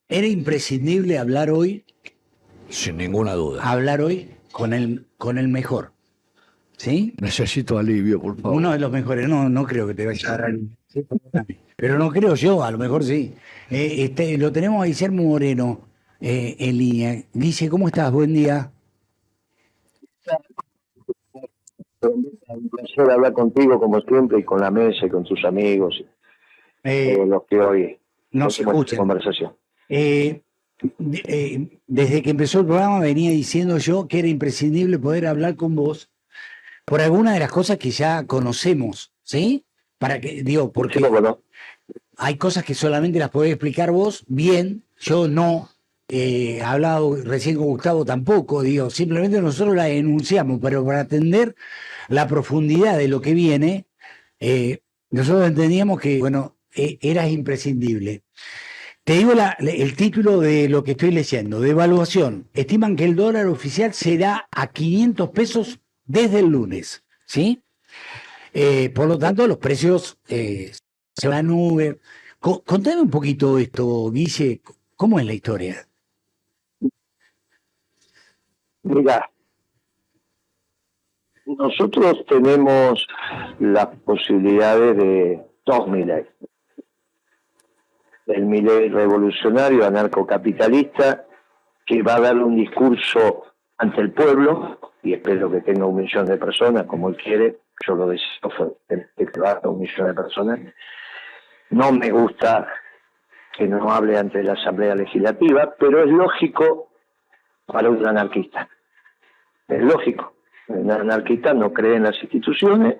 Era imprescindible Sin ninguna duda. hablar hoy con el mejor, ¿sí? Necesito alivio, por favor. Uno de los mejores, no creo que te vaya a dar alivio. Sí, perdóname. Pero no creo yo, a lo mejor sí. Lo tenemos a Guillermo Moreno en línea. Dice, ¿cómo estás? Buen día. Un placer hablar contigo como siempre y con la mesa y con tus amigos y todos los que hoy Nos tenemos esta escuchan. conversación. Desde que empezó el programa venía diciendo yo que era imprescindible poder hablar con vos por alguna de las cosas que ya conocemos, ¿sí? Porque Sí, ¿no? hay cosas que solamente las podés explicar vos bien, yo no. He hablado recién con Gustavo tampoco, simplemente nosotros la enunciamos, pero para atender la profundidad de lo que viene, nosotros entendíamos que, bueno, eras imprescindible. Te digo el título de lo que estoy leyendo, de evaluación. Estiman que el dólar oficial será a 500 pesos desde el lunes, ¿sí? Por lo tanto, los precios se van a nube. Contame un poquito esto, Guille, ¿cómo es la historia? Mira, nosotros tenemos las posibilidades de dos Milei. El Milei revolucionario, anarcocapitalista, que va a dar un discurso ante el pueblo, y espero que tenga 1 millón de personas, como él quiere. Yo lo deseo que va a 1 millón de personas. No me gusta que no hable ante la Asamblea Legislativa, pero es lógico para un anarquista. Es lógico. Un anarquista no cree en las instituciones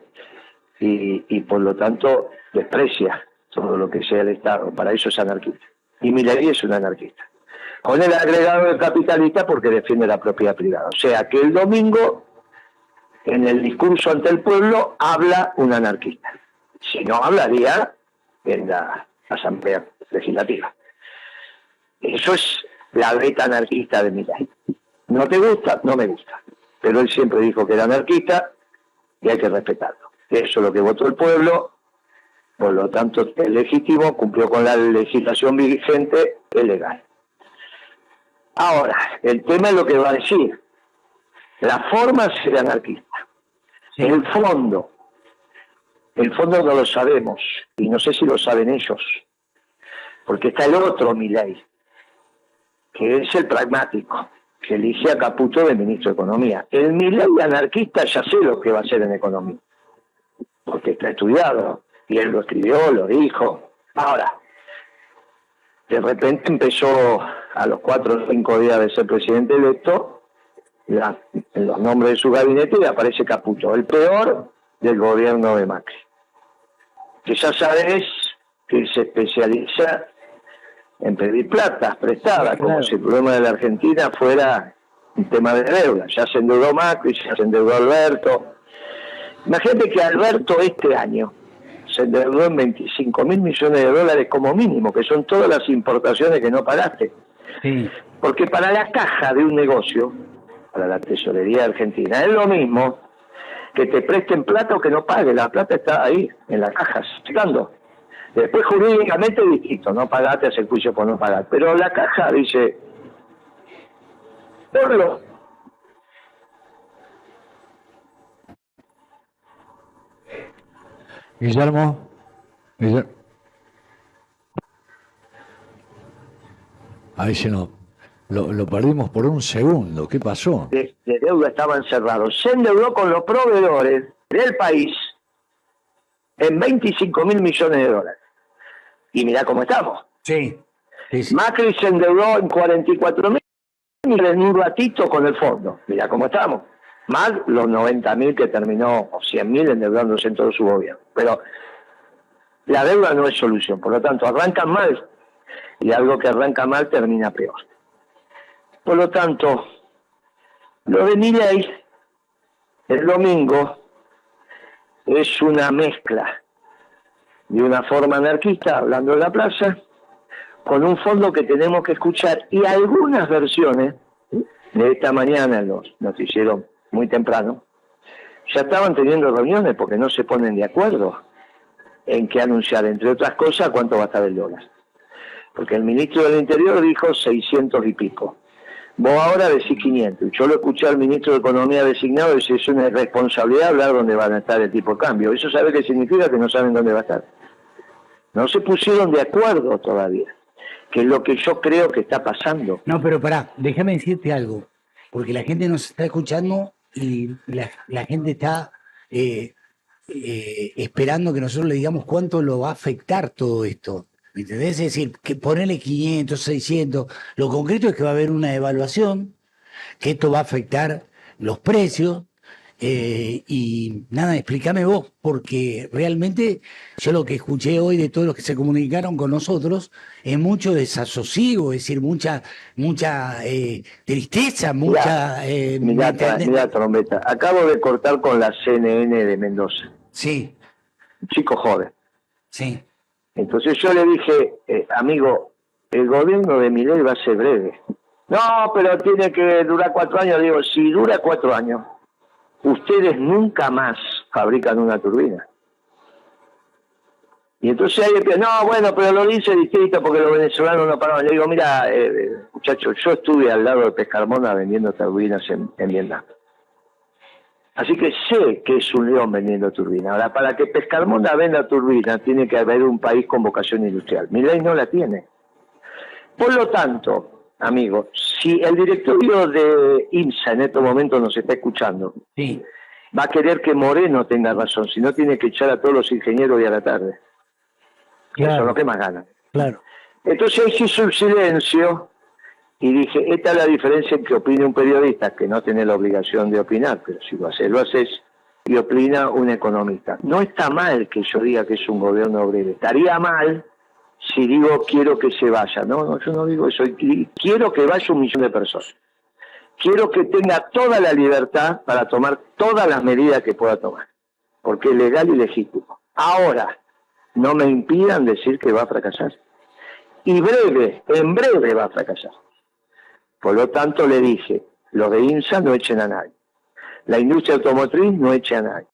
y por lo tanto desprecia todo lo que sea el Estado. Para eso es anarquista. Y Milei es un anarquista. Con el agregado de capitalista porque defiende la propiedad privada. O sea que el domingo, en el discurso ante el pueblo, habla un anarquista. Si no, hablaría en la Asamblea Legislativa. Eso es la beta anarquista de Milei. ¿No te gusta? No me gusta. Pero él siempre dijo que era anarquista y hay que respetarlo. Eso es lo que votó el pueblo, por lo tanto es legítimo, cumplió con la legislación vigente, es legal. Ahora, el tema es lo que va a decir. La forma es ser anarquista. Sí. El fondo no lo sabemos, y no sé si lo saben ellos, porque está el otro Milei, que es el pragmático, que elige a Caputo de ministro de Economía. El Milei anarquista ya sé lo que va a hacer en economía, porque está estudiado, y él lo escribió, lo dijo. Ahora, de repente empezó a los 4 o 5 días de ser presidente electo, en los nombres de su gabinete y aparece Caputo, el peor del gobierno de Macri. Que ya sabes que se especializa en pedir plata prestada, Claro. como si el problema de la Argentina fuera un tema de deuda. Ya se endeudó Macri, ya se endeudó Alberto. Imagínate que Alberto este año se endeudó en 25.000 millones de dólares como mínimo, que son todas las importaciones que no pagaste. Sí. Porque para la caja de un negocio, para la tesorería argentina, es lo mismo que te presten plata o que no pague. La plata está ahí, en la caja, secando. Después jurídicamente es distinto, no pagaste, hace juicio por no pagar. Pero la caja dice, porlo. Guillermo. Ahí se nos... Lo perdimos por un segundo. ¿Qué pasó? De deuda estaban cerrados. Se endeudó con los proveedores del país en 25.000 millones de dólares. Y mirá cómo estamos. Sí. Sí. Macri se endeudó en 44.000 en un ratito con el fondo. Mirá cómo estamos. Más los 90.000 que terminó, o 100.000 endeudándose en todo su gobierno. Pero la deuda no es solución. Por lo tanto, arrancan mal. Y algo que arranca mal termina peor. Por lo tanto, lo de Milei el domingo es una mezcla de una forma anarquista, hablando en la plaza, con un fondo que tenemos que escuchar y algunas versiones de esta mañana, los noticieros muy temprano, ya estaban teniendo reuniones porque no se ponen de acuerdo en qué anunciar, entre otras cosas, cuánto va a estar el dólar. porque el ministro del Interior dijo 600 y pico. Vos ahora decís 500. Yo lo escuché al ministro de Economía designado y dice, es una irresponsabilidad hablar dónde van a estar el tipo de cambio. ¿Eso sabe qué significa? Que no saben dónde va a estar. No se pusieron de acuerdo todavía, que es lo que yo creo que está pasando. No, pero pará, déjame decirte algo, porque la gente nos está escuchando y la gente está esperando que nosotros le digamos cuánto lo va a afectar todo esto. ¿Me entendés? Es decir, que ponerle 500, 600. Lo concreto es que va a haber una evaluación, que esto va a afectar los precios. Y nada, explícame vos, porque realmente yo lo que escuché hoy de todos los que se comunicaron con nosotros es mucho desasosiego, es decir, mucha tristeza, mucha... Mirá, Trombetta, acabo de cortar con la CNN de Mendoza. Sí. Un chico joven. Sí. Entonces yo le dije, amigo, el gobierno de Milei va a ser breve. No, pero tiene que durar 4 años. Digo, si dura 4 años, ustedes nunca más fabrican una turbina. Y entonces ahí empieza, no, bueno, pero lo dice distinto porque los venezolanos no paraban. Le digo, mira, muchachos, yo estuve al lado de Pescarmona vendiendo turbinas en Vietnam. Así que sé que es un león vendiendo turbinas. Ahora, para que Pescarmona venda turbinas, tiene que haber un país con vocación industrial. Milei no la tiene. Por lo tanto, amigos, si el directorio de IMSA en estos momentos nos está escuchando, Sí. va a querer que Moreno tenga razón, si no tiene que echar a todos los ingenieros y a la tarde. Claro. Eso es lo que más gana. Claro. Entonces ahí se hizo un silencio y dije, esta es la diferencia en que opine un periodista, que no tiene la obligación de opinar, pero si lo haces, y opina un economista. No está mal que yo diga que es un gobierno breve, estaría mal si digo quiero que se vaya. No, yo no digo eso, quiero que vaya 1 millón de personas. Quiero que tenga toda la libertad para tomar todas las medidas que pueda tomar, porque es legal y legítimo. Ahora, no me impidan decir que va a fracasar. Y en breve va a fracasar. Por lo tanto, le dije, los de INSA no echen a nadie. La industria automotriz no eche a nadie.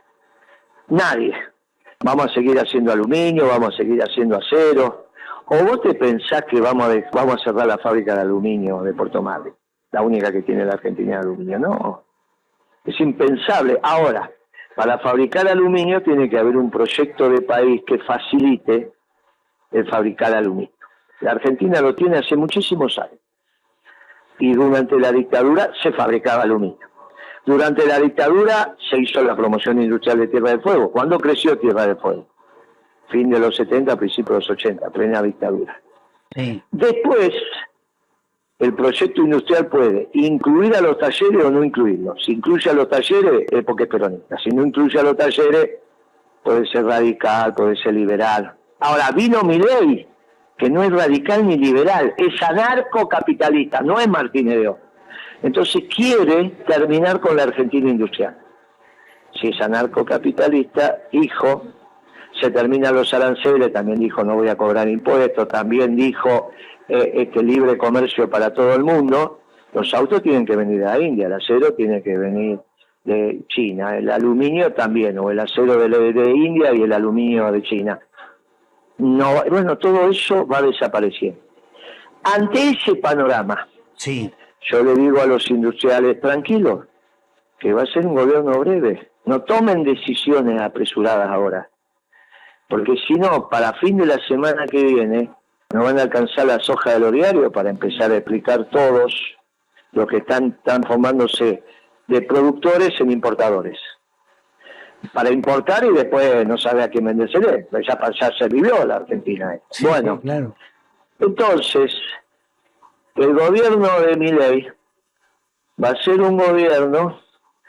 Nadie. Vamos a seguir haciendo aluminio, vamos a seguir haciendo acero. ¿O vos te pensás que vamos a cerrar la fábrica de aluminio de Puerto Madryn? La única que tiene la Argentina de aluminio. No. Es impensable. Ahora, para fabricar aluminio tiene que haber un proyecto de país que facilite el fabricar aluminio. La Argentina lo tiene hace muchísimos años. Y durante la dictadura se fabricaba aluminio. Durante la dictadura se hizo la promoción industrial de Tierra del Fuego. ¿Cuándo creció Tierra del Fuego? Fin de los 70, principios de los 80, plena dictadura. Sí. Después, el proyecto industrial puede incluir a los talleres o no incluirlos. Si incluye a los talleres es porque es peronista. Si no incluye a los talleres, puede ser radical, puede ser liberal. Ahora, vino Milei, que no es radical ni liberal, es anarcocapitalista, no es Martínez de Oz. Entonces quiere terminar con la Argentina industrial. Si es anarcocapitalista, dijo, se terminan los aranceles, también dijo no voy a cobrar impuestos, también dijo libre comercio para todo el mundo. Los autos tienen que venir de la India, el acero tiene que venir de China, el aluminio también, o el acero de India y el aluminio de China. No, bueno, todo eso va desapareciendo. Ante ese panorama, Sí. yo le digo a los industriales, tranquilos, que va a ser un gobierno breve. No tomen decisiones apresuradas ahora, porque si no, para fin de la semana que viene, no van a alcanzar las hojas de los diarios para empezar a explicar todos los que están transformándose de productores en importadores. Para importar y después no sabe a quién vendérsele, ya se vivió la Argentina. Sí, bueno, sí, claro. Entonces, el gobierno de Milei va a ser un gobierno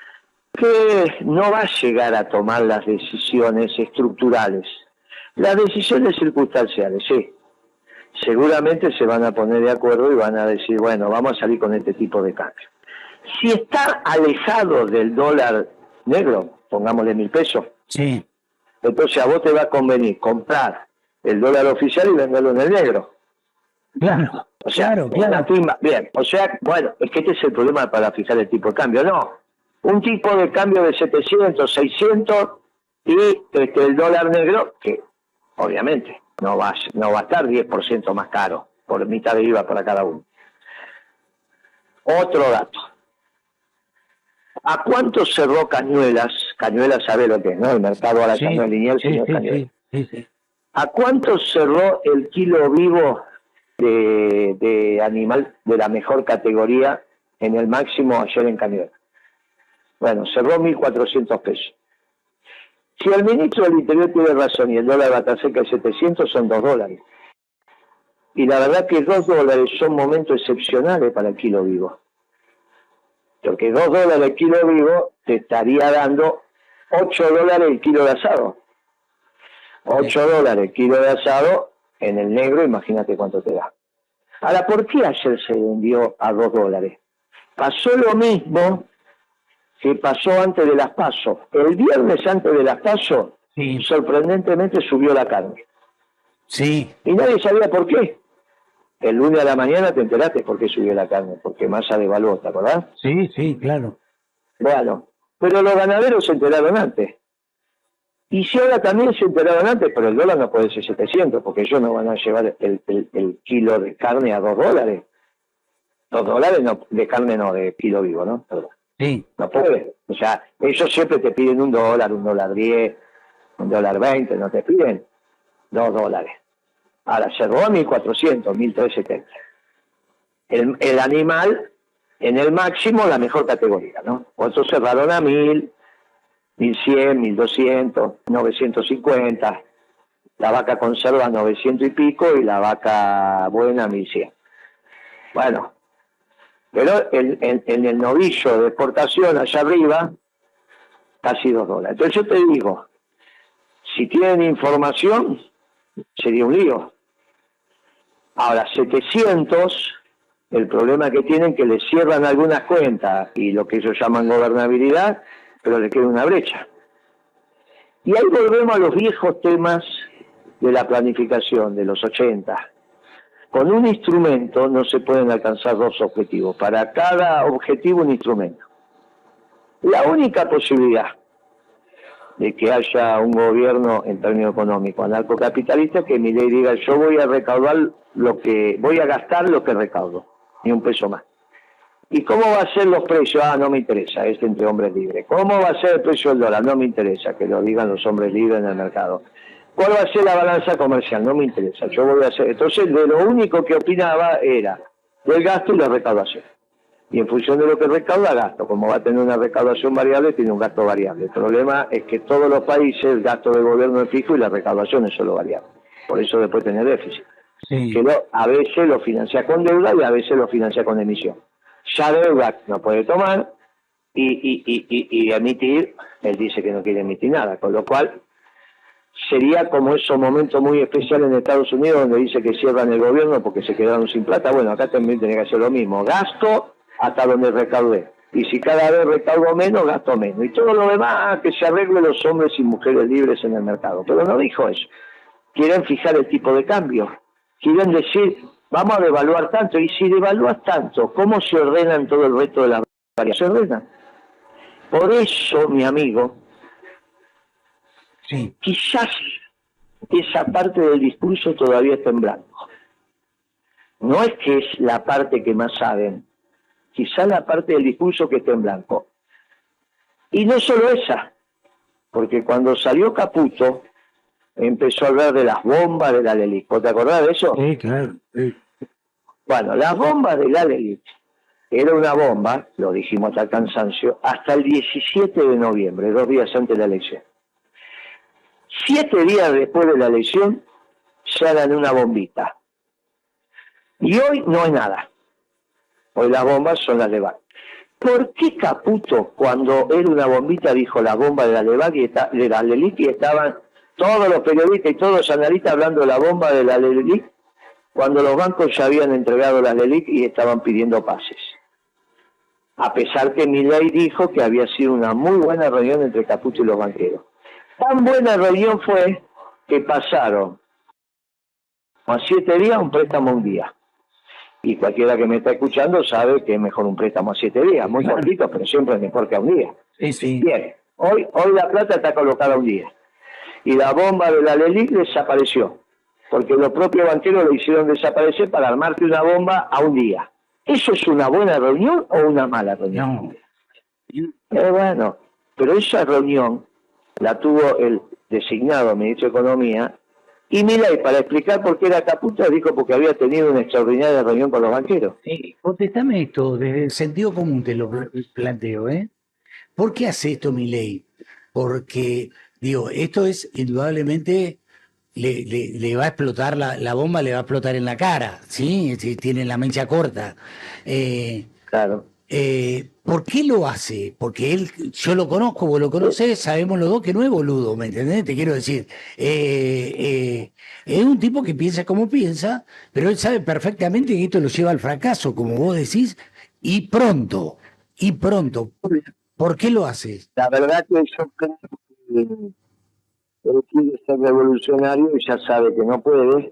que no va a llegar a tomar las decisiones estructurales. Las decisiones circunstanciales, sí. Seguramente se van a poner de acuerdo y van a decir, bueno, vamos a salir con este tipo de cambio. Si está alejado del dólar negro, pongámosle 1.000 pesos, Sí. entonces a vos te va a convenir comprar el dólar oficial y venderlo en el negro. Claro. O sea, claro. una timba. Bien, o sea, bueno, es que este es el problema para fijar el tipo de cambio. No, un tipo de cambio de 700, 600 y el dólar negro, que obviamente no va a estar 10% más caro, por mitad de IVA para cada uno. Otro dato. ¿A cuánto cerró Cañuelas? Cañuelas sabe lo que es, ¿no? El mercado a la no es lineal, sino Cañuelas. Sí. ¿A cuánto cerró el kilo vivo de animal de la mejor categoría en el máximo ayer en Cañuelas? Bueno, cerró 1.400 pesos. Si el ministro del Interior tiene razón y el dólar va a estar cerca de 700, son $2. Y la verdad que $2 son momentos excepcionales para el kilo vivo. Porque $2 el kilo vivo te estaría dando $8 el kilo de asado. $8 el kilo de asado en el negro, imagínate cuánto te da. Ahora, ¿por qué ayer se vendió a $2? Pasó lo mismo que pasó antes de las PASO. El viernes antes de las PASO, sorprendentemente subió la carne. Sí. Y nadie sabía por qué. El lunes a la mañana te enteraste por qué subió la carne, porque Massa devaluó, ¿te acordás? Sí, claro. Bueno, pero los ganaderos se enteraron antes. Y si ahora también se enteraron antes, pero el dólar no puede ser 700, porque ellos no van a llevar el kilo de carne a $2. $2 no, de carne no, de kilo vivo, ¿no? Perdón. Sí. No puede. O sea, ellos siempre te piden $1, $1.10, $1.20, no te piden $2. Ahora, se robó a 1.400, 1.370. El animal, en el máximo, la mejor categoría, ¿no? Otros cerraron a 1.000, 1.100, 1.200, 950. La vaca conserva 900 y pico y la vaca buena 1.100. Bueno, pero en el novillo de exportación allá arriba, casi $2. Entonces yo te digo, si tienen información, sería un lío. Ahora, 700, el problema que tienen que les cierran algunas cuentas y lo que ellos llaman gobernabilidad, pero le queda una brecha. Y ahí volvemos a los viejos temas de la planificación de los 80. Con un instrumento no se pueden alcanzar dos objetivos. Para cada objetivo un instrumento. La única posibilidad de que haya un gobierno en términos económicos anarcocapitalista es que Milei diga yo voy a recaudar voy a gastar lo que recaudo, ni un peso más. ¿Y cómo va a ser los precios? No me interesa, es entre hombres libres. ¿Cómo va a ser el precio del dólar? No me interesa, que lo digan los hombres libres en el mercado. ¿Cuál va a ser la balanza comercial? No me interesa, yo voy a hacer... Entonces, de lo único que opinaba era del gasto y la recaudación. Y en función de lo que recauda, gasto. Como va a tener una recaudación variable, tiene un gasto variable. El problema es que todos los países, el gasto del gobierno es fijo y la recaudación es solo variable. Por eso después tiene déficit. Sí. Que a veces lo financia con deuda y a veces lo financia con emisión. Ya deuda no puede tomar y emitir, él dice que no quiere emitir nada, con lo cual sería como esos momentos muy especiales en Estados Unidos donde dice que cierran el gobierno porque se quedaron sin plata. Bueno, acá también tiene que hacer lo mismo, gasto hasta donde recaudé, y si cada vez recaudo menos, gasto menos, y todo lo demás que se arregle los hombres y mujeres libres en el mercado. Pero no dijo eso. Quieren fijar el tipo de cambio, quieren decir vamos a devaluar tanto, y si devalúas tanto, ¿cómo se ordenan todo el resto de las variables? Se ordenan. Por eso, mi amigo, sí, quizás esa parte del discurso todavía está en blanco. No es que es la parte que más saben, quizás la parte del discurso que está en blanco. Y no solo esa, porque cuando salió Caputo, empezó a hablar de las bombas de la LELIC. ¿Te acordás de eso? Sí, claro. Sí. Bueno, las bombas de la LELIC era una bomba, lo dijimos hasta el cansancio, hasta el 17 de noviembre, 2 días antes de la elección. 7 días después de la elección, se hagan una bombita. Y hoy no hay nada. Hoy las bombas son las LEVAC. ¿Por qué Caputo, cuando era una bombita, dijo la bomba de la LEVAC y de la LELIC, y estaban todos los periodistas y todos los analistas hablando de la bomba de la LELIC, cuando los bancos ya habían entregado las LELIC y estaban pidiendo pases? A pesar que Milei dijo que había sido una muy buena reunión entre Caputo y los banqueros. Tan buena reunión fue que pasaron a 7 días un préstamo a un día. Y cualquiera que me está escuchando sabe que es mejor un préstamo a 7 días, muy cortito, pero siempre es mejor que a un día. Sí, sí. Bien, hoy la plata está colocada a un día. Y la bomba de la LELIC desapareció. porque los propios banqueros lo hicieron desaparecer para armarte una bomba a un día. ¿Eso es una buena reunión o una mala reunión? No. Bueno, pero esa reunión la tuvo el designado ministro de Economía, y Milei, para explicar por qué era caputa, dijo porque había tenido una extraordinaria reunión con los banqueros. Contestame esto, desde el sentido común te lo planteo, ¿eh? ¿Por qué hace esto Milei? Porque, digo, esto es indudablemente, le va a explotar la bomba, le va a explotar en la cara, ¿sí? Si tiene la mecha corta. Claro. ¿Por qué lo hace? Porque él, yo lo conozco, vos lo conocés, sabemos los dos que no es boludo, ¿me entendés? Te quiero decir, es un tipo que piensa como piensa, pero él sabe perfectamente que esto lo lleva al fracaso, como vos decís, y pronto, y pronto. ¿Por qué lo hace? La verdad que yo creo que él quiere ser revolucionario y ya sabe que no puede,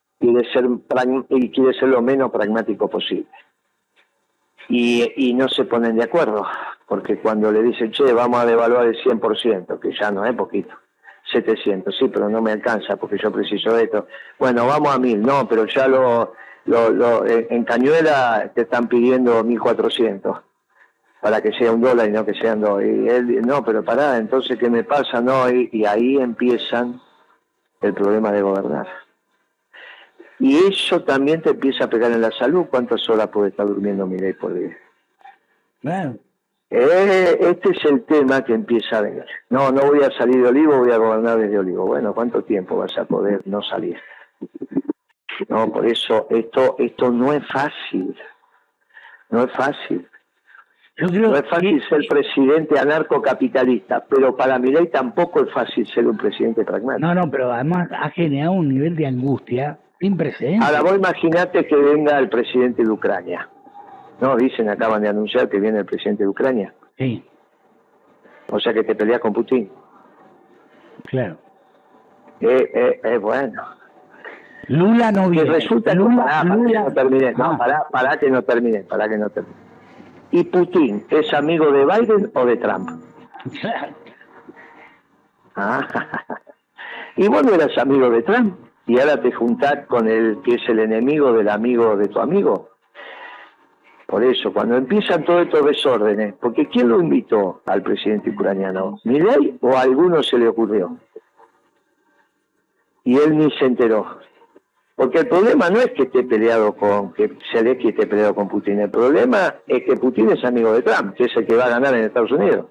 y quiere ser lo menos pragmático posible. Y no se ponen de acuerdo, porque cuando le dicen, che, vamos a devaluar el 100%, que ya no es poquito, 700, sí, pero no me alcanza porque yo preciso de esto. Bueno, vamos a 1000, no, pero ya en Cañuela te están pidiendo 1400 para que sea $1 y no que sean 2. Y él, no, pero pará, entonces, ¿qué me pasa? No, y ahí empiezan el problema de gobernar. Y eso también te empieza a pegar en la salud. ¿Cuántas horas puede estar durmiendo Milei por día? Claro. Este es el tema que empieza a venir. No voy a salir de Olivo, voy a gobernar desde Olivo. Bueno, ¿cuánto tiempo vas a poder no salir? No, por eso esto no es fácil. No es fácil. Yo creo no es fácil ser presidente anarcocapitalista, pero para Milei tampoco es fácil ser un presidente pragmático. No, pero además ha generado un nivel de angustia sin precedentes. Ahora vos imaginate que venga el presidente de Ucrania. No, dicen, acaban de anunciar que viene el presidente de Ucrania. Sí. O sea que te peleas con Putin. Claro. Bueno. Lula no viene. Que resulta Lula, que no termine. No, pará que no termine. ¿Y Putin es amigo de Biden o de Trump? Claro. Y vos no eras amigo de Trump y ahora te juntás con el que es el enemigo del amigo de tu amigo. Por eso, cuando empiezan todos estos desórdenes, porque ¿quién lo invitó al presidente ucraniano? ¿Milei o a alguno se le ocurrió? Y él ni se enteró. Porque el problema no es que Zelensky esté peleado con Putin. El problema es que Putin es amigo de Trump, que es el que va a ganar en Estados Unidos.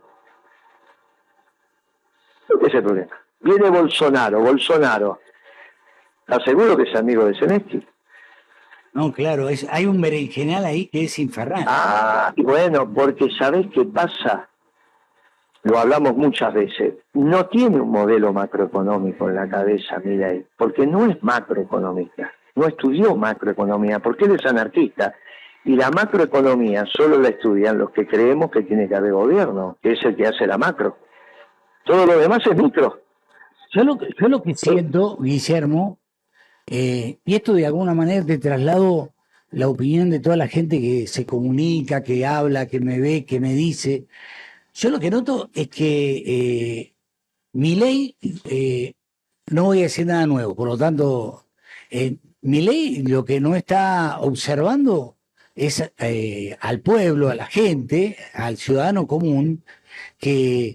Ese es el problema. Viene Bolsonaro. ¿Estás seguro que es amigo de Zelensky? No, claro, hay un berenjenal ahí que es infernal. Y bueno, porque ¿sabés qué pasa? Lo hablamos muchas veces. No tiene un modelo macroeconómico en la cabeza, Milei, porque no es macroeconomista. No estudió macroeconomía, porque él es anarquista. Y la macroeconomía solo la estudian los que creemos que tiene que haber gobierno, que es el que hace la macro. Todo lo demás es micro. Yo lo que siento, Guillermo, y esto de alguna manera te traslado la opinión de toda la gente que se comunica, que habla, que me ve, que me dice. Yo lo que noto es que Milei, no voy a decir nada nuevo, por lo tanto, Milei lo que no está observando es al pueblo, a la gente, al ciudadano común, que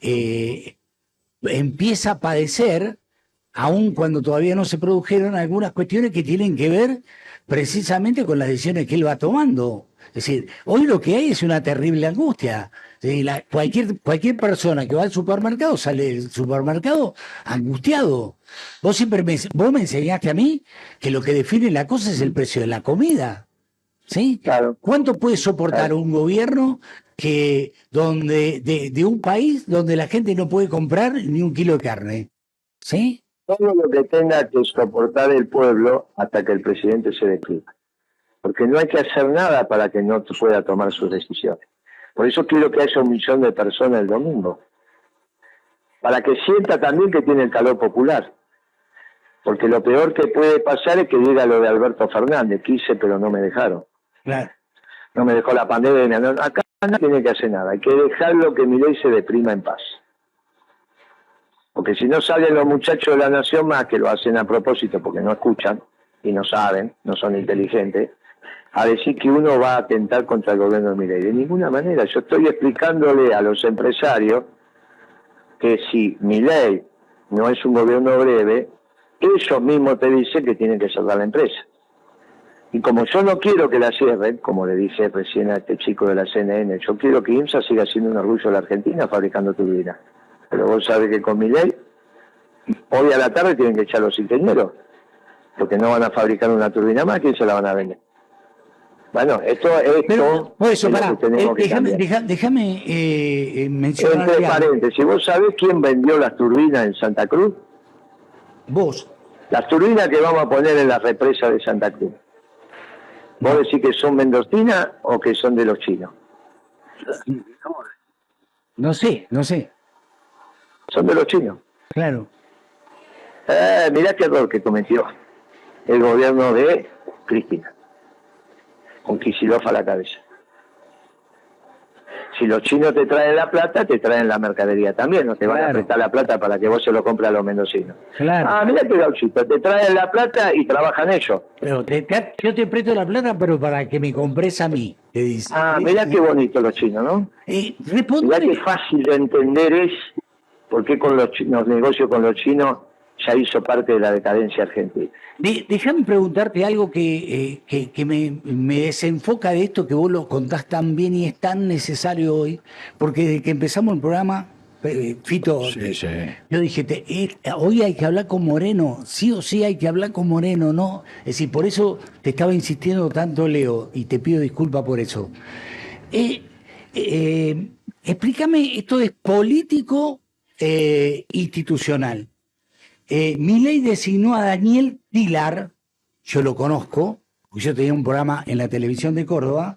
empieza a padecer, aun cuando todavía no se produjeron algunas cuestiones que tienen que ver precisamente con las decisiones que él va tomando. Es decir, hoy lo que hay es una terrible angustia. Cualquier persona que va al supermercado sale del supermercado angustiado. Vos me enseñaste a mí que lo que define la cosa es el precio de la comida. ¿Sí? Claro. ¿Cuánto puede soportar un gobierno de un país donde la gente no puede comprar ni un kilo de carne? ¿Sí? Todo lo que tenga que soportar el pueblo hasta que el presidente se declina. Porque no hay que hacer nada para que no pueda tomar sus decisiones. Por eso quiero que haya 1 millón de personas el domingo. Para que sienta también que tiene el calor popular. Porque lo peor que puede pasar es que diga lo de Alberto Fernández. Quise, pero no me dejaron. Claro. No me dejó la pandemia. Acá no tiene que hacer nada. Hay que dejarlo que Milei se deprima en paz. Porque si no salen los muchachos de la Nación Más, que lo hacen a propósito porque no escuchan y no saben, no son inteligentes, a decir que uno va a atentar contra el gobierno de Milei. De ninguna manera. Yo estoy explicándole a los empresarios que si Milei no es un gobierno breve, ellos mismos te dicen que tienen que cerrar la empresa. Y como yo no quiero que la cierren, como le dije recién a este chico de la CNN, yo quiero que IMSA siga siendo un orgullo de la Argentina fabricando turbinas. Pero vos sabés que con Milei, hoy a la tarde tienen que echar los ingenieros, porque no van a fabricar una turbina más, ¿quién se la van a vender? Bueno, Pero, por eso, es lo pará, que tenemos que cambiar. déjame mencionar Entre algo. paréntesis, ¿vos sabés quién vendió las turbinas en Santa Cruz? Vos. Las turbinas que vamos a poner en la represa de Santa Cruz. ¿Vos decís que son mendocinas o que son de los chinos? No sé. Son de los chinos. Claro. Mirá qué error que cometió el gobierno de Cristina, con Kicillof a la cabeza. Si los chinos te traen la plata, te traen la mercadería también, no te van a prestar la plata para que vos se lo compres a los mendocinos. Claro. Mirá qué gauchito, te traen la plata y trabajan ellos. Pero yo te presto la plata, pero para que me compres a mí, te dice. Mirá qué bonito los chinos, ¿no? Mirá qué fácil de entender es por qué con los negocios con los chinos ya hizo parte de la decadencia argentina. Déjame preguntarte algo que me desenfoca de esto que vos lo contás tan bien y es tan necesario hoy, porque desde que empezamos el programa, Fito, Sí. yo dije, hoy hay que hablar con Moreno, sí o sí hay que hablar con Moreno, ¿no? Es decir, por eso te estaba insistiendo tanto, Leo, y te pido disculpas por eso. Explícame, esto es político institucional. Milei designó a Daniel Tilar, yo lo conozco, porque yo tenía un programa en la televisión de Córdoba,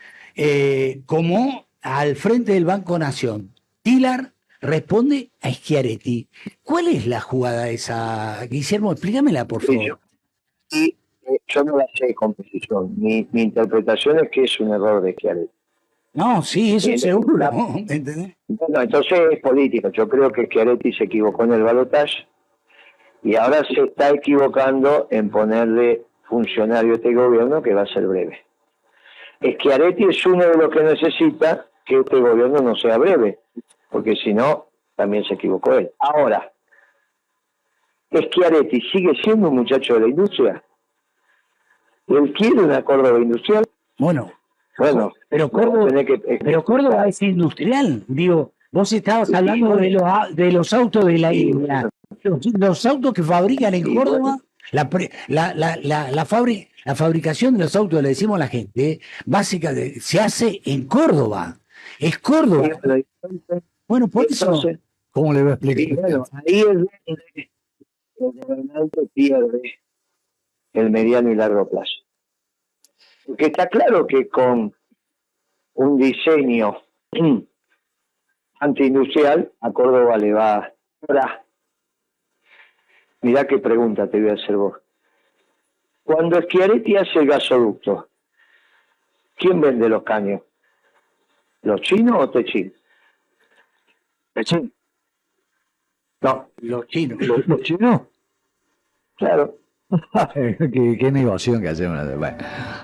como al frente del Banco Nación. Tilar responde a Schiaretti. ¿Cuál es la jugada esa, Guillermo? Explícamela, por favor. Yo no la sé con precisión. Mi interpretación es que es un error de Schiaretti. No, sí, eso seguro. ¿Entendés? Bueno, entonces es político. Yo creo que Schiaretti se equivocó en el balotaje y ahora se está equivocando en ponerle funcionario a este gobierno que va a ser breve. Schiaretti es uno de los que necesita que este gobierno no sea breve, porque si no, también se equivocó él. Ahora, Schiaretti sigue siendo un muchacho de la industria. Él quiere una Córdoba industrial. Bueno, pero Córdoba es industrial. Digo, vos estabas hablando de los autos de la isla. Los autos que fabrican en Córdoba, la fabricación de los autos, le decimos a la gente, básica, se hace en Córdoba. Es Córdoba. Bueno, por eso. ¿Cómo le voy a explicar? Bueno, ahí es donde el gobernante pierde el mediano y largo plazo. Porque está claro que con un diseño antiindustrial a Córdoba le va. Ahora, mirá qué pregunta te voy a hacer vos. Cuando Schiaretti hace el gasoducto, ¿quién vende los caños? ¿Los chinos o Techin? ¿Techin? No. Los chinos. ¿Los chinos? Claro. ¿Qué negocio que hacemos? Bueno.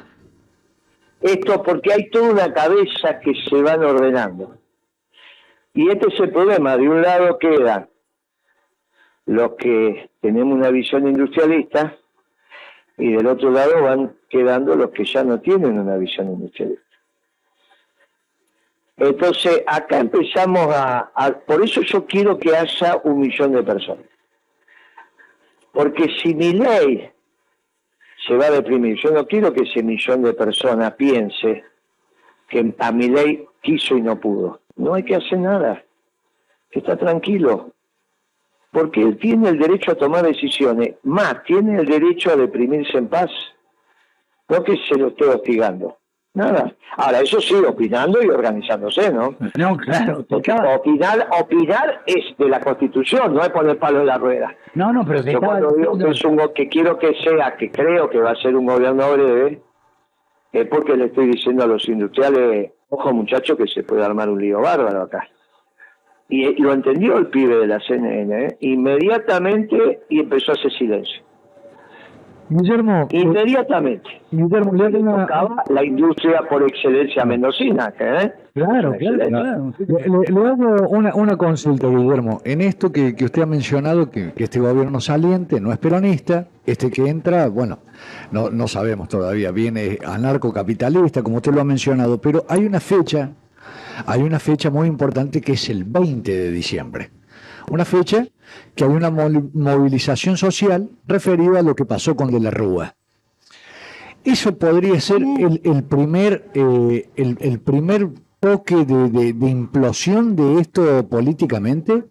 Esto porque hay toda una cabeza que se van ordenando. Y este es el problema. De un lado quedan los que tenemos una visión industrialista y del otro lado van quedando los que ya no tienen una visión industrialista. Entonces, acá empezamos por eso yo quiero que haya 1 millón de personas. Porque si Milei se va a deprimir, yo no quiero que ese 1 millón de personas piense que a Milei quiso y no pudo. No hay que hacer nada. Está tranquilo. Porque él tiene el derecho a tomar decisiones. Más, tiene el derecho a deprimirse en paz. No que se lo esté hostigando. Nada. Ahora, eso sí, opinando y organizándose, ¿no? No, claro. Opinar es de la Constitución, no es poner palo en la rueda. No, pero yo cuando digo que quiero que sea, que creo que va a ser un gobierno breve, es porque le estoy diciendo a los industriales, ojo muchachos, que se puede armar un lío bárbaro acá. Y lo entendió el pibe de la CNN, inmediatamente, y empezó a hacer silencio. Guillermo, Inmediatamente. Guillermo, le hago una... Tocaba la industria por excelencia mendocina, Claro, claro. Le hago una consulta, Guillermo. En esto que usted ha mencionado, que este gobierno saliente no es peronista, este que entra, bueno, no sabemos todavía, viene anarcocapitalista, como usted lo ha mencionado, pero hay una fecha muy importante que es el 20 de diciembre. Una fecha que hay una movilización social referida a lo que pasó con De la Rúa. Eso podría ser el primer toque de implosión de esto políticamente.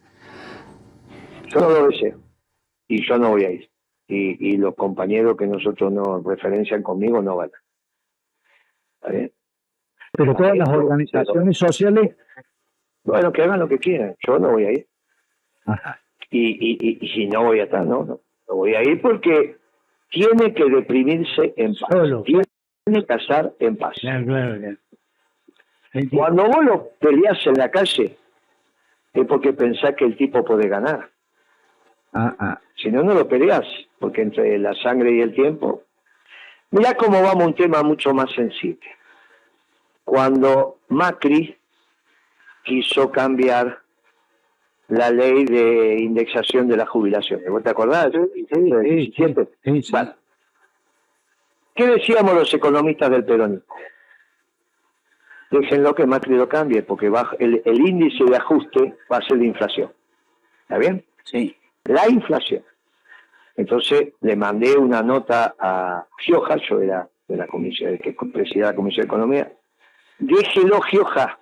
Yo no lo deseo, y yo no voy a ir. Y los compañeros que nosotros nos referencian conmigo no van. ¿Está bien? Pero todas las organizaciones sociales... Bueno, que hagan lo que quieran, yo no voy a ir. Ajá. Y si no voy a estar, no voy a ir porque tiene que deprimirse en paz. Solo. Tiene que estar en paz. Claro. Cuando vos lo peleás en la calle, es porque pensás que el tipo puede ganar. Si no, no lo peleás, porque entre la sangre y el tiempo... Mirá cómo vamos a un tema mucho más sensible. Cuando Macri quiso cambiar la ley de indexación de las jubilaciones. ¿Vos te acordás? Sí. Bueno, ¿qué decíamos los economistas del peronismo? Déjenlo que Macri lo cambie, porque el índice de ajuste va a ser de inflación. ¿Está bien? Sí. La inflación. Entonces le mandé una nota a Gioja, yo era de la comisión, que presidía la Comisión de Economía. Déjelo, Gioja,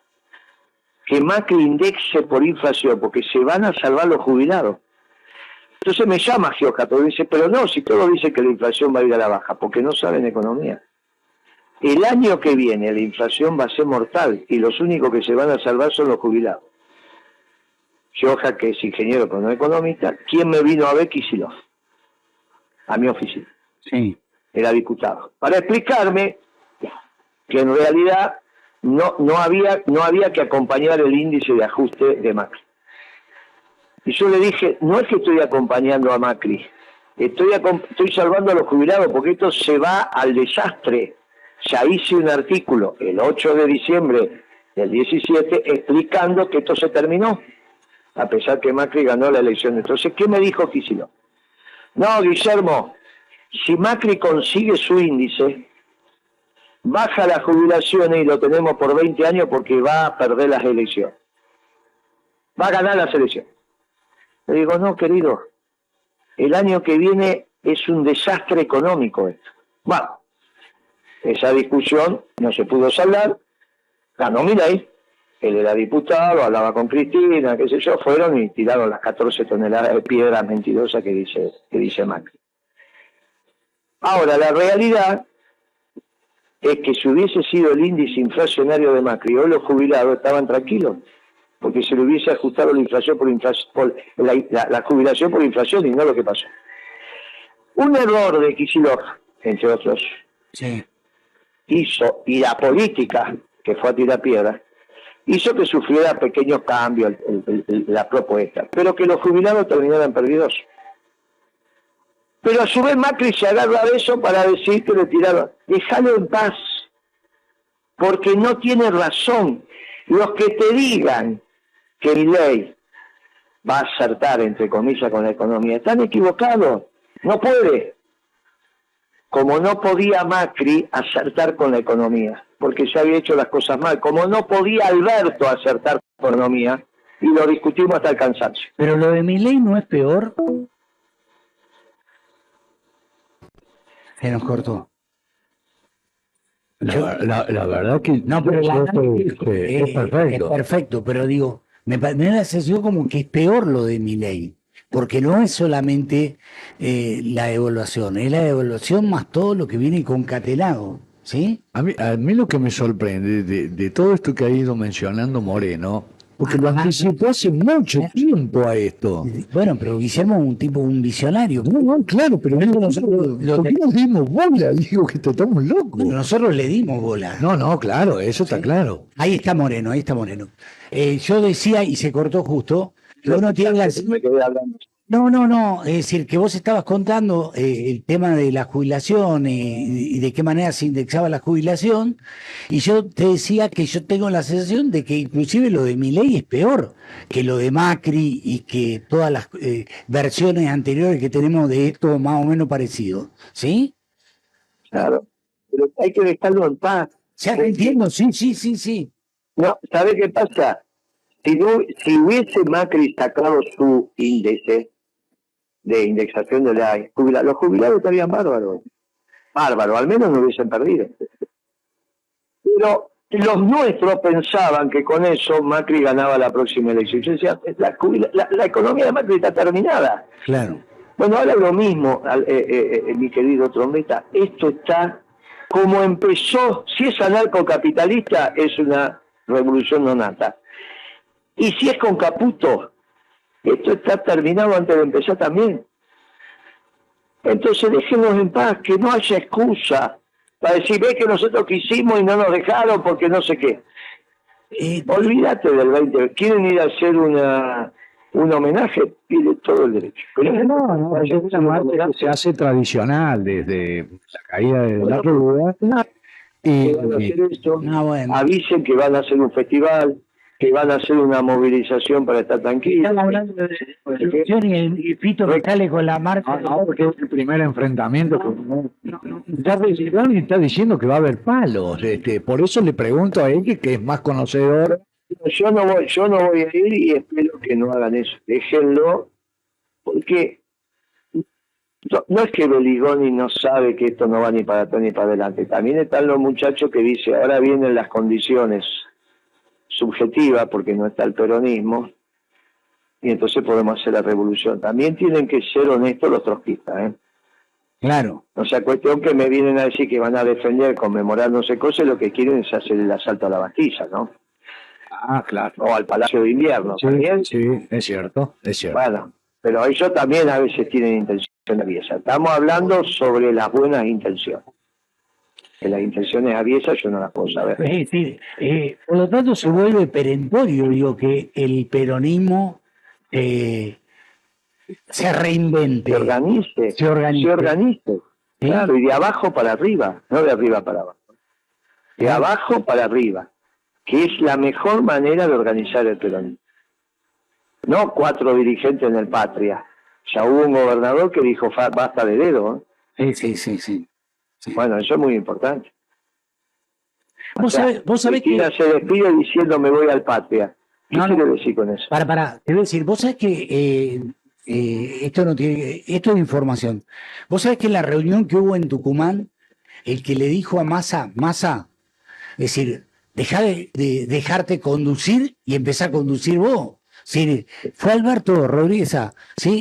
que Macri indexe por inflación, porque se van a salvar los jubilados. Entonces me llama Gioja, pero dice, pero no, si todos dicen que la inflación va a ir a la baja, porque no saben economía. El año que viene la inflación va a ser mortal y los únicos que se van a salvar son los jubilados. Gioja, que es ingeniero pero no economista, ¿quién me vino a ver? Kicillof, a mi oficina. Sí. Era diputado. Para explicarme que en realidad no había que acompañar el índice de ajuste de Macri. Y yo le dije, no es que estoy acompañando a Macri, estoy salvando a los jubilados porque esto se va al desastre. Ya hice un artículo el 8 de diciembre del 17 explicando que esto se terminó, a pesar que Macri ganó la elección. Entonces, ¿qué me dijo Kicillof? No, Guillermo, si Macri consigue su índice, baja las jubilaciones y lo tenemos por 20 años porque va a perder las elecciones. Va a ganar las elecciones. Le digo, no, querido, el año que viene es un desastre económico esto. Bueno, esa discusión no se pudo saldar, ganó Milei, él era diputado, hablaba con Cristina, qué sé yo, fueron y tiraron las 14 toneladas de piedras mentirosas que dice Macri. Ahora, la realidad es que si hubiese sido el índice inflacionario de Macri, hoy los jubilados estaban tranquilos, porque se le hubiese ajustado la inflación la jubilación por inflación y no lo que pasó. Un error de Kicillof, entre otros, Sí. hizo, y la política que fue a tirar piedras, hizo que sufriera pequeños cambios la propuesta, pero que los jubilados terminaran perdidos. Pero a su vez Macri se agarra de eso para decir que le tiraron. Déjalo en paz, porque no tiene razón. Los que te digan que Milei va a acertar, entre comillas, con la economía, están equivocados. No puede. Como no podía Macri acertar con la economía, porque se había hecho las cosas mal. Como no podía Alberto acertar con la economía, y lo discutimos hasta el cansancio. Pero lo de Milei no es peor. Se nos cortó. La verdad que No, pero el análisis es perfecto. es perfecto, pero digo, me da la sensación como que es peor lo de Milei, porque no es solamente la evaluación, es la evaluación más todo lo que viene concatenado, ¿sí? A mí lo que me sorprende de todo esto que ha ido mencionando Moreno porque lo anticipó hace mucho tiempo a esto. Bueno, pero Guillermo es un tipo, un visionario. No, claro, pero nosotros ¿por qué nos dimos bola? Digo que estamos locos. Bueno, nosotros le dimos bola. No, claro, eso está claro. Ahí está Moreno, ahí está Moreno. Yo decía, y se cortó justo, que uno tiene la... Me quedé hablando. No, es decir, que vos estabas contando el tema de la jubilación y de qué manera se indexaba la jubilación, y yo te decía que yo tengo la sensación de que inclusive lo de Milei es peor que lo de Macri y que todas las versiones anteriores que tenemos de esto más o menos parecido, ¿sí? Claro, pero hay que dejarlo en paz. Ya entiendo, sí. No, ¿sabe qué pasa? Si hubiese Macri sacado su índice de indexación de la jubilación, los jubilados estarían bárbaros, al menos no hubiesen perdido. Pero los nuestros pensaban que con eso Macri ganaba la próxima elección. Yo decía, la economía de Macri está terminada. Claro. Bueno, ahora lo mismo, mi querido Trombetta, esto está como empezó. Si es anarcocapitalista, es una revolución no nata. Y si es con Caputo, esto está terminado antes de empezar también. Entonces déjenos en paz, que no haya excusa para decir, ve que nosotros quisimos y no nos dejaron porque no sé qué. Olvídate del 20. ¿Quieren ir a hacer un homenaje? Pide todo el derecho. Pero No, es una muerte que se hace tradicional desde la caída de la Rueda. que van a hacer esto, bueno. avisen que van a hacer un festival, que van a hacer una movilización para estar tranquilos. Estamos hablando de revolución y el Fito que sale con la marcha. No, porque es el primer enfrentamiento. Ya Ronnie está diciendo que va a haber palos. Por eso le pregunto a él, que es más conocedor. Yo no voy a ir y espero que no hagan eso. Déjenlo, porque no es que Beligoni no sabe que esto no va ni para atrás ni para adelante. También están los muchachos que dicen, ahora vienen las condiciones subjetivas, porque no está el peronismo, y entonces podemos hacer la revolución. También tienen que ser honestos los trotskistas, ¿eh? Claro. O sea, cuestión que me vienen a decir que van a defender, conmemorar no sé cosas, lo que quieren es hacer el asalto a la Bastilla, ¿no? Ah, claro. O al Palacio de Invierno, Sí, ¿también? sí, es cierto. Bueno, pero ellos también a veces tienen intenciones aviesas. Estamos hablando sobre las buenas intenciones. Que las intenciones aviesas yo no las puedo saber. Es decir, por lo tanto se vuelve perentorio, digo, que el peronismo se reinvente. Se organice. ¿Sí? Claro, y de abajo para arriba, no de arriba para abajo. De abajo para arriba, que es la mejor manera de organizar el peronismo. No 4 dirigentes en el Patria. Ya hubo un gobernador que dijo, basta de dedo, ¿eh? Sí. Bueno, eso es muy importante. Vos sabés que... se despide diciendo me voy al Patria. ¿Qué quiere decir con eso? Para, te voy a decir, vos sabés que esto no tiene, esto es información. Vos sabés que en la reunión que hubo en Tucumán, el que le dijo a Massa, es decir, dejá de dejarte conducir y empezá a conducir vos. Sí, fue Alberto Rodríguez, ¿sí?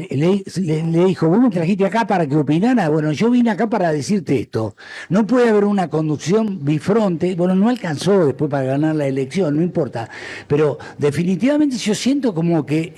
Le dijo, vos me trajiste acá para que opinara. Bueno, yo vine acá para decirte esto. No puede haber una conducción bifronte. Bueno, no alcanzó después para ganar la elección, no importa. Pero definitivamente yo siento como que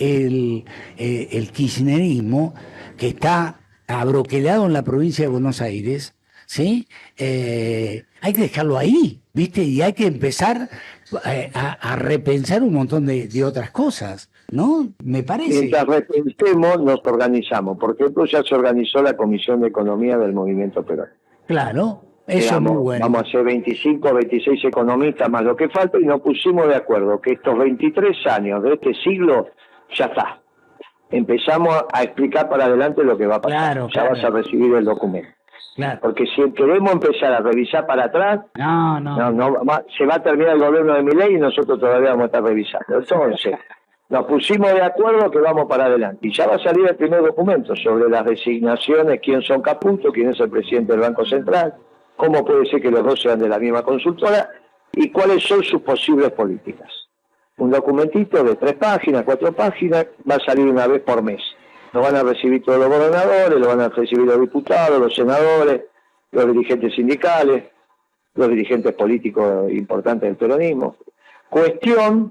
el kirchnerismo, que está abroquelado en la provincia de Buenos Aires, ¿sí? Hay que dejarlo ahí, ¿viste? Y hay que empezar a repensar un montón de otras cosas, ¿no? Me parece. Mientras repensemos, nos organizamos. Por ejemplo, ya se organizó la Comisión de Economía del Movimiento Perón. Claro, eso es muy bueno. Vamos a ser 25, 26 economistas más lo que falta y nos pusimos de acuerdo que estos 23 años de este siglo ya está. Empezamos a explicar para adelante lo que va a pasar. Ya vas a recibir el documento. Claro. Porque si queremos empezar a revisar para atrás, no, se va a terminar el gobierno de Milei y nosotros todavía vamos a estar revisando. Entonces, nos pusimos de acuerdo que vamos para adelante. Y ya va a salir el primer documento sobre las designaciones, quién son Caputo, quién es el presidente del Banco Central, cómo puede ser que los dos sean de la misma consultora y cuáles son sus posibles políticas. Un documentito de 3 páginas, 4 páginas, va a salir una vez por mes. Lo van a recibir todos los gobernadores, lo van a recibir los diputados, los senadores, los dirigentes sindicales, los dirigentes políticos importantes del peronismo. Cuestión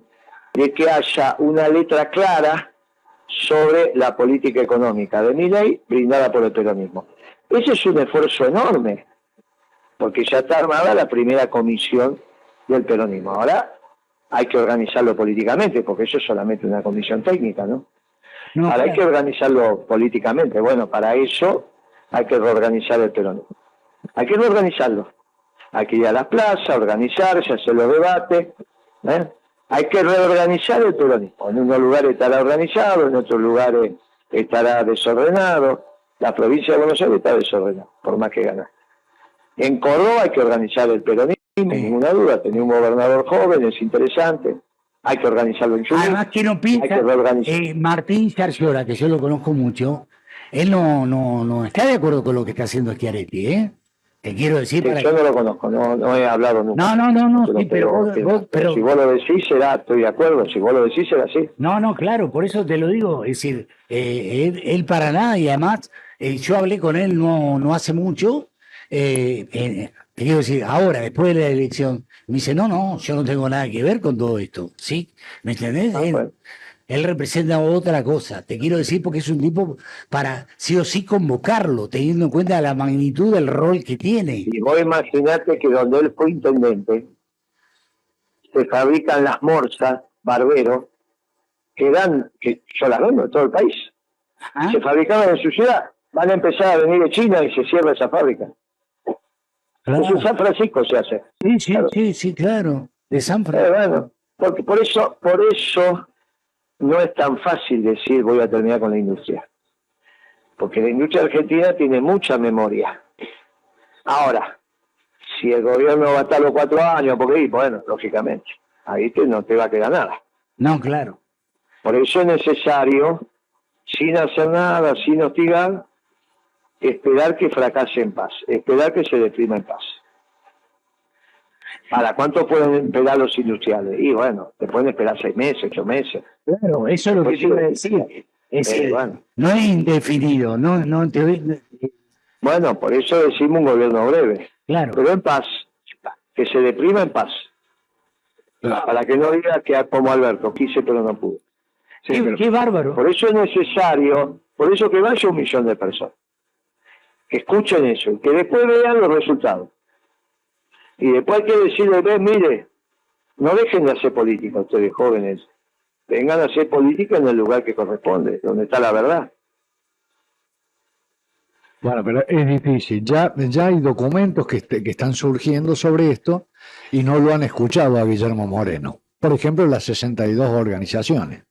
de que haya una letra clara sobre la política económica de Milei brindada por el peronismo. Ese es un esfuerzo enorme, porque ya está armada la primera comisión del peronismo. Ahora hay que organizarlo políticamente, porque eso es solamente una comisión técnica, ¿no? Ahora hay que organizarlo políticamente. Bueno, para eso hay que reorganizar el peronismo. Hay que reorganizarlo. Hay que ir a las plazas, organizarse, hacer los debates. Hay que reorganizar el peronismo. En unos lugares estará organizado, en otros lugares estará desordenado. La provincia de Buenos Aires está desordenada, por más que gana. En Córdoba hay que organizar el peronismo, sin ninguna duda. Tener un gobernador joven es interesante. Hay que organizarlo en Chubut. Además, que no piensa, Martín Sciarciola, que yo lo conozco mucho, él no está de acuerdo con lo que está haciendo Schiaretti, ¿eh? Te quiero decir... Yo no lo conozco, no he hablado nunca. No, sí, pero si vos lo decís, estoy de acuerdo, si vos lo decís, será así. No, claro, por eso te lo digo, es decir, él para nada, y además, yo hablé con él no hace mucho, te quiero decir, ahora, después de la elección, me dice, no, yo no tengo nada que ver con todo esto, ¿sí? ¿Me entendés? Bueno. Él representa otra cosa, te quiero decir, porque es un tipo para sí o sí convocarlo, teniendo en cuenta la magnitud del rol que tiene. Y vos imaginate que donde él fue intendente, se fabrican las morsas, barberos, que yo las vendo en todo el país. Ajá. Se fabricaban en su ciudad, van a empezar a venir de China y se cierra esa fábrica. Claro. En San Francisco se hace. Sí, claro, de San Francisco. Bueno, porque por eso no es tan fácil decir voy a terminar con la industria. Porque la industria argentina tiene mucha memoria. Ahora, si el gobierno va a estar los 4 años, porque bueno, lógicamente, ahí no te va a quedar nada. No, claro. Por eso es necesario, sin hacer nada, sin hostigar, esperar que fracase en paz, esperar que se deprima en paz. ¿Para cuánto pueden esperar los industriales? Y bueno, te pueden esperar 6 meses, 8 meses. Claro, eso es lo que yo iba a decir. Bueno. No es indefinido, no te... Bueno, por eso decimos un gobierno breve. Claro. Pero en paz, que se deprima en paz. Claro. Para que no diga que como Alberto, quise pero no pude. Sí, qué bárbaro. Por eso es necesario, por eso que vaya 1 millón de personas. Que escuchen eso y que después vean los resultados. Y después hay que decirle, mire, no dejen de hacer política ustedes jóvenes, vengan a hacer política en el lugar que corresponde, donde está la verdad. Bueno, pero es difícil, ya hay documentos que están surgiendo sobre esto y no lo han escuchado a Guillermo Moreno. Por ejemplo, las 62 organizaciones.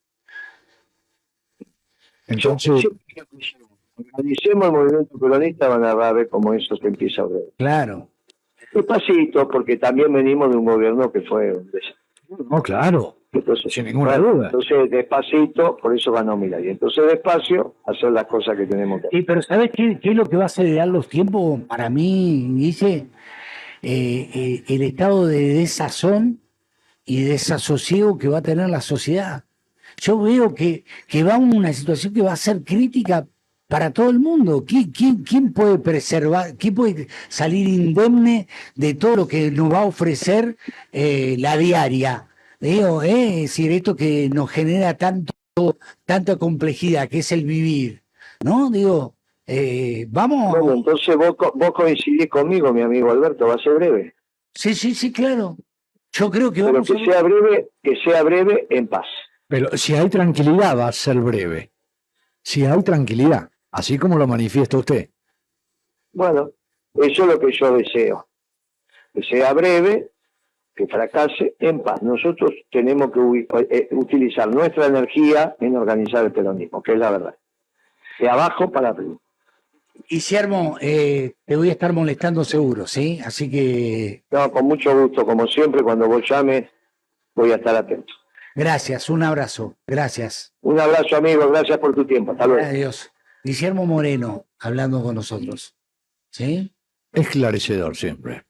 Entonces... Organicemos el movimiento peronista, van a ver cómo eso se empieza a ver. Claro. Despacito, porque también venimos de un gobierno que fue un desastre. No, claro. Entonces, sin ninguna duda. Entonces, despacito, por eso ganó Milei. Entonces, despacio, hacer las cosas que tenemos que hacer. Sí, pero ¿sabes qué es lo que va a acelerar los tiempos? Para mí, dice, el estado de desazón y desasosiego que va a tener la sociedad. Yo veo que va a una situación que va a ser crítica para todo el mundo. ¿Quién puede preservar, quién puede salir indemne de todo lo que nos va a ofrecer la diaria? Digo, es decir, esto que nos genera tanta complejidad, que es el vivir, ¿no? Digo, vamos... Bueno, entonces vos coincidís conmigo, mi amigo Alberto, va a ser breve. Sí, claro. Yo creo que vamos que sea breve en paz. Pero si hay tranquilidad va a ser breve. Si hay tranquilidad. Así como lo manifiesta usted. Bueno, eso es lo que yo deseo. Que sea breve, que fracase en paz. Nosotros tenemos que utilizar nuestra energía en organizar el peronismo, que es la verdad. De abajo para arriba. Guillermo, te voy a estar molestando seguro, ¿sí? Así que... No, con mucho gusto. Como siempre, cuando vos llames, voy a estar atento. Gracias, un abrazo. Gracias. Un abrazo, amigo. Gracias por tu tiempo. Hasta luego. Adiós. Guillermo Moreno, hablando con nosotros. ¿Sí? Esclarecedor siempre.